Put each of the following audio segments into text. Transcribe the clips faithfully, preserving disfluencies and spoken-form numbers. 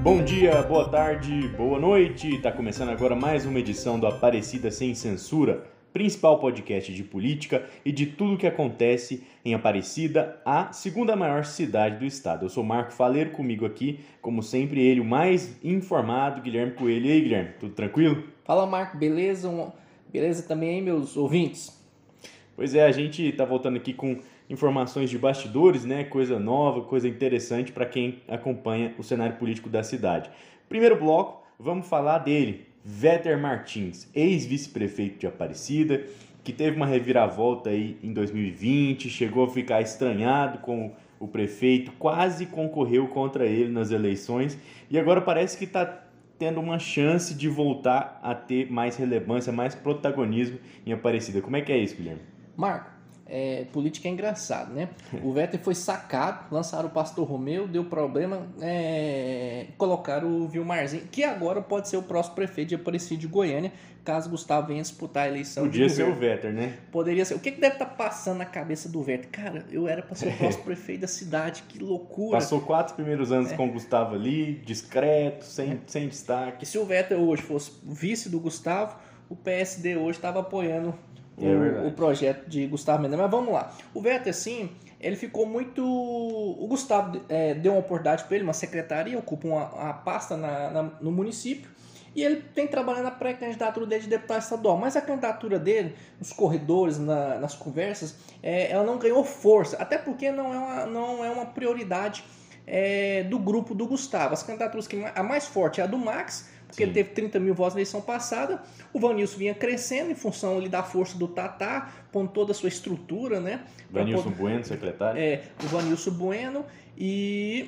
Bom dia, boa tarde, boa noite. Tá começando agora mais uma edição do Aparecida Sem Censura, principal podcast de política e de tudo que acontece em Aparecida, a segunda maior cidade do estado. Eu sou Marco Faleiro, comigo aqui, como sempre, ele, o mais informado, Guilherme Coelho. E aí, Guilherme, tudo tranquilo? Fala, Marco, beleza? Um... Beleza também aí, meus ouvintes? Pois é, a gente tá voltando aqui com informações de bastidores, né? Coisa nova, coisa interessante para quem acompanha o cenário político da cidade. Primeiro bloco, vamos falar dele, Véter Martins, ex-vice-prefeito de Aparecida, que teve uma reviravolta aí em dois mil e vinte, chegou a ficar estranhado com o prefeito, quase concorreu contra ele nas eleições e agora parece que está tendo uma chance de voltar a ter mais relevância, mais protagonismo em Aparecida. Como é que é isso, Guilherme? Marco, é, política é engraçado, né? O Véter foi sacado, lançaram o Pastor Romeu, deu problema, é, colocaram o Vilmarzinho, que agora pode ser o próximo prefeito de Aparecida de Goiânia, caso Gustavo venha disputar a eleição. Podia ser o Véter, né? Poderia ser. O que, que deve estar passando na cabeça do Véter? Cara, eu era para ser o próximo prefeito da cidade, que loucura. Passou quatro primeiros anos é. com o Gustavo ali, discreto, sem, é. sem destaque. E se o Véter hoje fosse vice do Gustavo, o P S D hoje estava apoiando é o, o projeto de Gustavo Mendes. Mas vamos lá. O Véter, assim, ele ficou muito... O Gustavo é, deu uma oportunidade para ele, uma secretaria, ocupa uma, uma pasta na, na, no município, e ele tem trabalhado na pré-candidatura dele de deputado estadual. Mas a candidatura dele, nos corredores, na, nas conversas, é, ela não ganhou força. Até porque não é uma, não é uma prioridade é, do grupo do Gustavo. As candidaturas que a mais forte é a do Max, porque Sim. ele teve trinta mil votos na eleição passada. O Vanilson vinha crescendo em função ali da força do Tatá, com toda a sua estrutura, né? Vanilson poder... Bueno, secretário. É, o Vanilson Bueno e...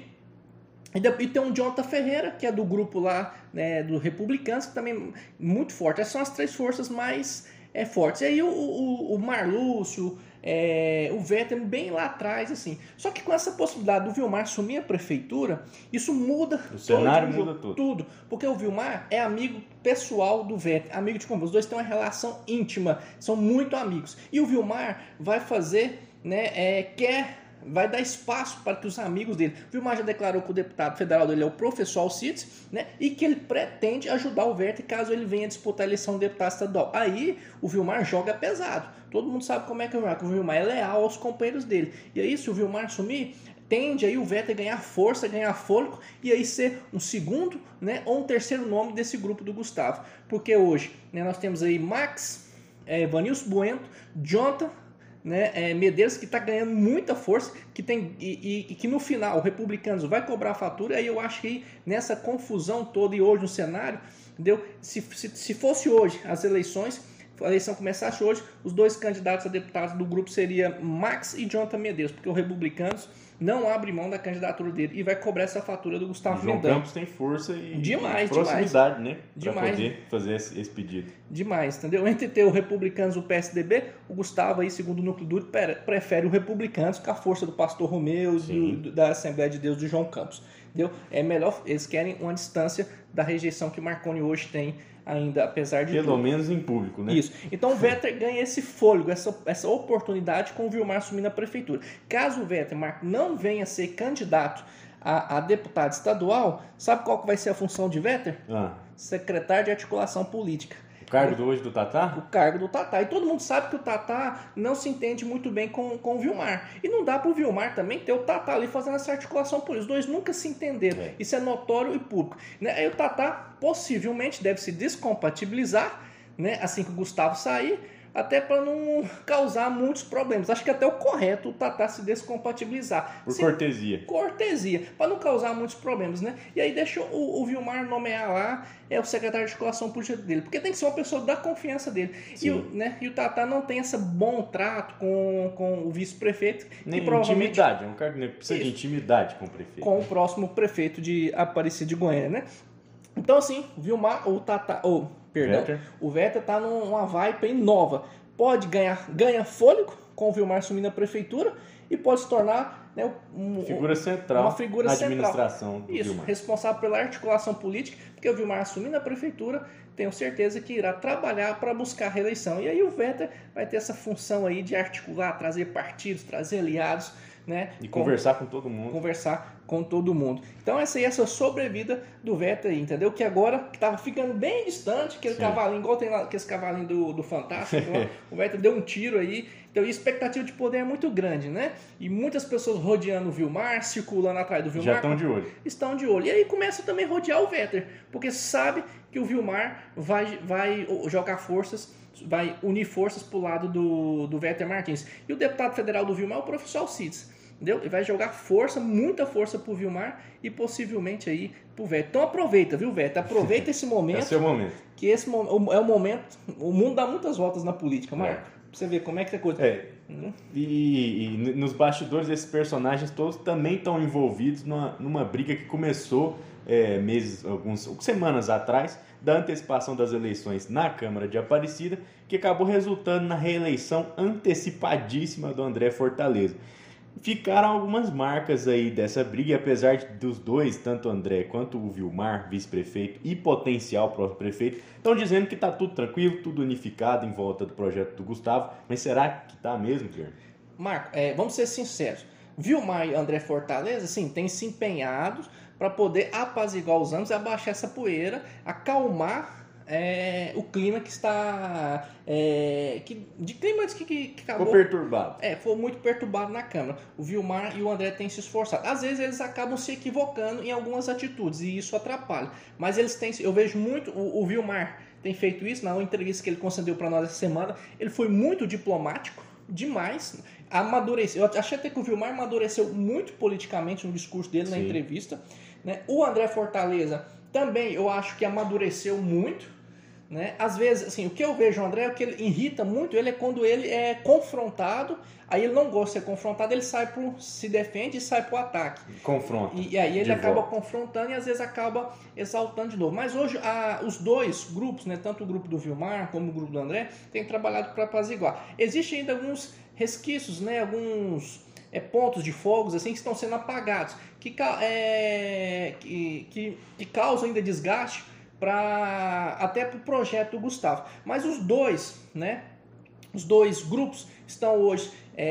E tem um Jonathan Ferreira, que é do grupo lá, né, do Republicanos, que também é muito forte. Essas são as três forças mais é, fortes. E aí o, o, o Marlúcio, é, o Véter, bem lá atrás, assim. Só que com essa possibilidade do Vilmar assumir a prefeitura, isso muda. O cenário muda tudo. Tudo. Porque o Vilmar é amigo pessoal do Véter, amigo de como os dois têm uma relação íntima, são muito amigos. E o Vilmar vai fazer, né, é, quer... vai dar espaço para que os amigos dele... O Vilmar já declarou que o deputado federal dele é o professor Alcides, né? E que ele pretende ajudar o Véter caso ele venha disputar a eleição de deputado estadual. Aí o Vilmar joga pesado. Todo mundo sabe como é que é o Vilmar, que o Vilmar é leal aos companheiros dele. E aí, se o Vilmar assumir, tende aí o Véter ganhar força, ganhar fôlego e aí ser um segundo, né, ou um terceiro nome desse grupo do Gustavo. Porque hoje, né, nós temos aí Max, é, Vanilson Bueno, Jonathan, né, é, Medeiros, que está ganhando muita força, que tem, e, e, e que no final o Republicanos vai cobrar a fatura. Aí eu acho que nessa confusão toda e hoje no cenário, entendeu? Se, se, se fosse hoje as eleições, a eleição começasse hoje, os dois candidatos a deputados do grupo seriam Max e Jonathan Medeiros, porque o Republicanos não abre mão da candidatura dele e vai cobrar essa fatura do Gustavo Mendes. O João Campos tem força e, demais, e proximidade, demais. né? Para poder fazer esse, esse pedido. Demais, entendeu? Entre ter o Republicanos e o P S D B, o Gustavo aí, segundo o núcleo duro, prefere o Republicanos com a força do Pastor Romeu e do, da Assembleia de Deus de João Campos. Entendeu? É melhor, eles querem uma distância da rejeição que Marconi hoje tem ainda, apesar de Pelo tudo. menos em público, né? Isso. Então o Véter ganha esse fôlego, essa, essa oportunidade com o Vilmar assumindo a prefeitura. Caso o Véter, Marco, não venha a ser candidato a, a deputado estadual, sabe qual que vai ser a função de Véter? Ah. Secretário de Articulação Política. O cargo do hoje do Tatá? O cargo do Tatá. E todo mundo sabe que o Tatá não se entende muito bem com, com o Vilmar. E não dá para o Vilmar também ter o Tatá ali fazendo essa articulação política. Os dois nunca se entenderam. É. Isso é notório e público. Né? Aí o Tatá possivelmente deve se descompatibilizar, né, assim que o Gustavo sair, até para não causar muitos problemas. Acho que até o correto o Tatá se descompatibilizar. Por se... cortesia. Cortesia, para não causar muitos problemas, né? E aí deixa o, o Vilmar nomear lá é o secretário de articulação política dele, porque tem que ser uma pessoa da confiança dele. E o, né, e o Tatá não tem esse bom trato com, com o vice-prefeito. Nem provavelmente... intimidade, é um cargo que precisa de intimidade com o prefeito. Com o próximo prefeito de Aparecida de Goiânia, né? Então, assim, o Vilmar, o Tatá, ou, perdão, Véter. o Véter tá numa vibe aí nova. Pode ganhar, ganha fôlego com o Vilmar assumindo a prefeitura e pode se tornar, né, um, figura central uma figura na central. administração do Isso, Vilmar. Responsável pela articulação política, porque o Vilmar assumindo a prefeitura, tenho certeza que irá trabalhar para buscar a reeleição. E aí o Véter vai ter essa função aí de articular, trazer partidos, trazer aliados, né? E conversar com, com todo mundo. Conversar com todo mundo. Então essa aí é essa sobrevida do Vettel aí, entendeu? Que agora que tava ficando bem distante, aquele Sim. cavalinho, igual tem lá, aqueles cavalinhos do, do Fantástico, lá, o Vettel deu um tiro aí. Então a expectativa de poder é muito grande, né? E muitas pessoas rodeando o Vilmar, circulando atrás do Vilmar. Já estão de olho. Estão de olho. E aí começa também a rodear o Vettel, porque sabe que o Vilmar vai, vai jogar forças, vai unir forças pro lado do, do Vettel Martins. E o deputado federal do Vilmar é o professor Alcides. Entendeu? Ele vai jogar força, muita força pro Vilmar e possivelmente aí pro Vettel. Então aproveita, viu, Vettel? Aproveita esse momento. Esse é o momento. Que esse é o momento. O mundo dá muitas voltas na política, Marco. É. Pra você ver como é que é coisa. É. Uhum. E, e nos bastidores esses personagens todos também estão envolvidos numa, numa briga que começou é, meses, algumas semanas atrás, da antecipação das eleições na Câmara de Aparecida, que acabou resultando na reeleição antecipadíssima do André Fortaleza. Ficaram algumas marcas aí dessa briga, e apesar dos dois, tanto o André quanto o Vilmar, vice-prefeito e potencial próprio prefeito, estão dizendo que está tudo tranquilo, tudo unificado em volta do projeto do Gustavo, mas será que está mesmo, Guilherme? Marco, é, vamos ser sinceros, Vilmar e André Fortaleza, sim, têm se empenhado para poder apaziguar os ânimos e abaixar essa poeira, acalmar É, o clima que está é, que, de clima que, que, que acabou ficou perturbado é, foi muito perturbado na Câmara. O Vilmar e o André têm se esforçado, às vezes eles acabam se equivocando em algumas atitudes e isso atrapalha, mas eles têm, eu vejo muito o, o Vilmar tem feito isso na entrevista que ele concedeu para nós essa semana. Ele foi muito diplomático demais, amadureceu. Eu achei até que o Vilmar amadureceu muito politicamente no discurso dele. Sim. Na entrevista, né? O André Fortaleza também eu acho que amadureceu muito. Né? Às vezes, assim, o que eu vejo o André, o que ele irrita muito ele é quando ele é confrontado, aí ele não gosta de ser confrontado, ele sai pro, se defende e sai pro ataque. Confronta. E, e aí ele acaba volta. confrontando e às vezes acaba exaltando de novo. Mas hoje a, os dois grupos, né, tanto o grupo do Vilmar como o grupo do André, têm trabalhado para apaziguar. Existem ainda alguns resquícios, né, alguns é, pontos de fogos assim, que estão sendo apagados, que, é, que, que, que causam ainda desgaste para até para o projeto do Gustavo. Mas os dois, né, os dois grupos estão hoje,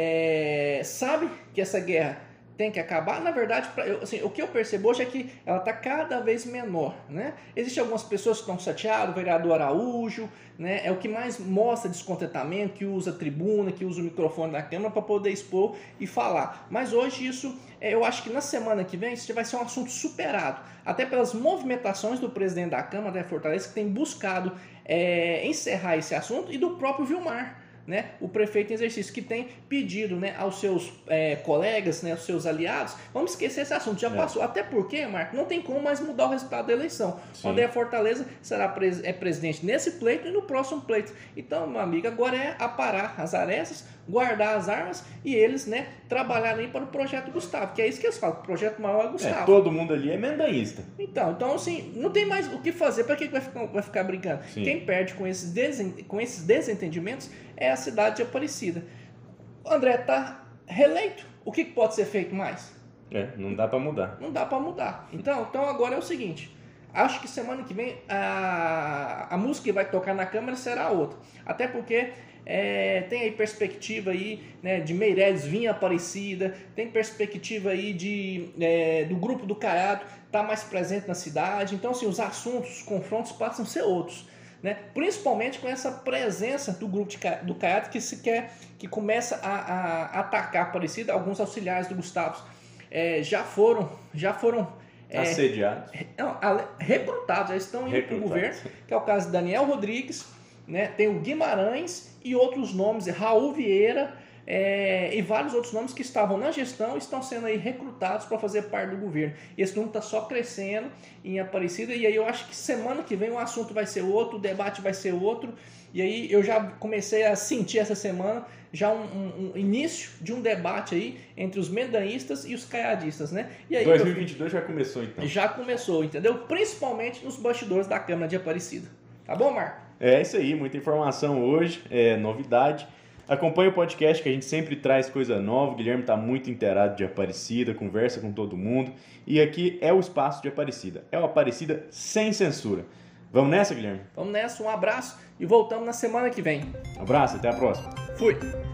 é, sabe que essa guerra tem que acabar. Na verdade, pra, eu, assim, o que eu percebo hoje é que ela está cada vez menor, né? Existem algumas pessoas que estão chateadas, o vereador Araújo, né, é o que mais mostra descontentamento, que usa a tribuna, que usa o microfone da Câmara para poder expor e falar. Mas hoje isso, é, eu acho que na semana que vem isso vai ser um assunto superado, até pelas movimentações do presidente da Câmara, da Fortaleza, que tem buscado é, encerrar esse assunto, e do próprio Vilmar, né, o prefeito em exercício, que tem pedido, né, aos seus é, colegas, né, aos seus aliados, vamos esquecer esse assunto, já é. passou. Até porque, Marco, não tem como mais mudar o resultado da eleição. Sim. O André Fortaleza será pres é presidente nesse pleito e no próximo pleito. Então, meu amigo, agora é aparar as arestas, guardar as armas e eles, né, trabalharem para o projeto Gustavo, que é isso que eles falam, o projeto maior é Gustavo. É, todo mundo ali é mendaísta. Então, então, assim, não tem mais o que fazer, para que vai ficar, vai ficar brincando? Sim. Quem perde com esses, desen, com esses desentendimentos é a cidade de Aparecida. O André está reeleito. O que pode ser feito mais? É, não dá para mudar. Não dá para mudar. Então, então agora é o seguinte. Acho que semana que vem a, a música que vai tocar na Câmara será outra. Até porque é, tem aí perspectiva aí, né, de Meireles vir Aparecida, tem perspectiva aí de, é, do grupo do Caiado estar tá mais presente na cidade. Então, assim, os assuntos, os confrontos passam a ser outros. Né? Principalmente com essa presença do grupo de, do Caiado que se quer, que começa a, a atacar Aparecida. Alguns auxiliares do Gustavo é, já foram, já foram é, assediados, não, recrutados, já estão indo para o governo, que é o caso de Daniel Rodrigues, né? Tem o Guimarães e outros nomes, Raul Vieira, é, e vários outros nomes que estavam na gestão e estão sendo aí recrutados para fazer parte do governo. E esse número está só crescendo em Aparecida, e aí eu acho que semana que vem o assunto vai ser outro, o debate vai ser outro, e aí eu já comecei a sentir essa semana já um, um, um início de um debate aí entre os mendaístas e os caiadistas, né? E aí, dois mil e vinte e dois já começou então. Já começou, entendeu? Principalmente nos bastidores da Câmara de Aparecida. Tá bom, Marco? É isso aí, muita informação hoje, é novidade. Acompanhe o podcast que a gente sempre traz coisa nova. O Guilherme está muito inteirado de Aparecida, conversa com todo mundo. E aqui é o espaço de Aparecida. É o Aparecida sem censura. Vamos nessa, Guilherme? Vamos nessa, um abraço e voltamos na semana que vem. Um abraço, até a próxima. Fui!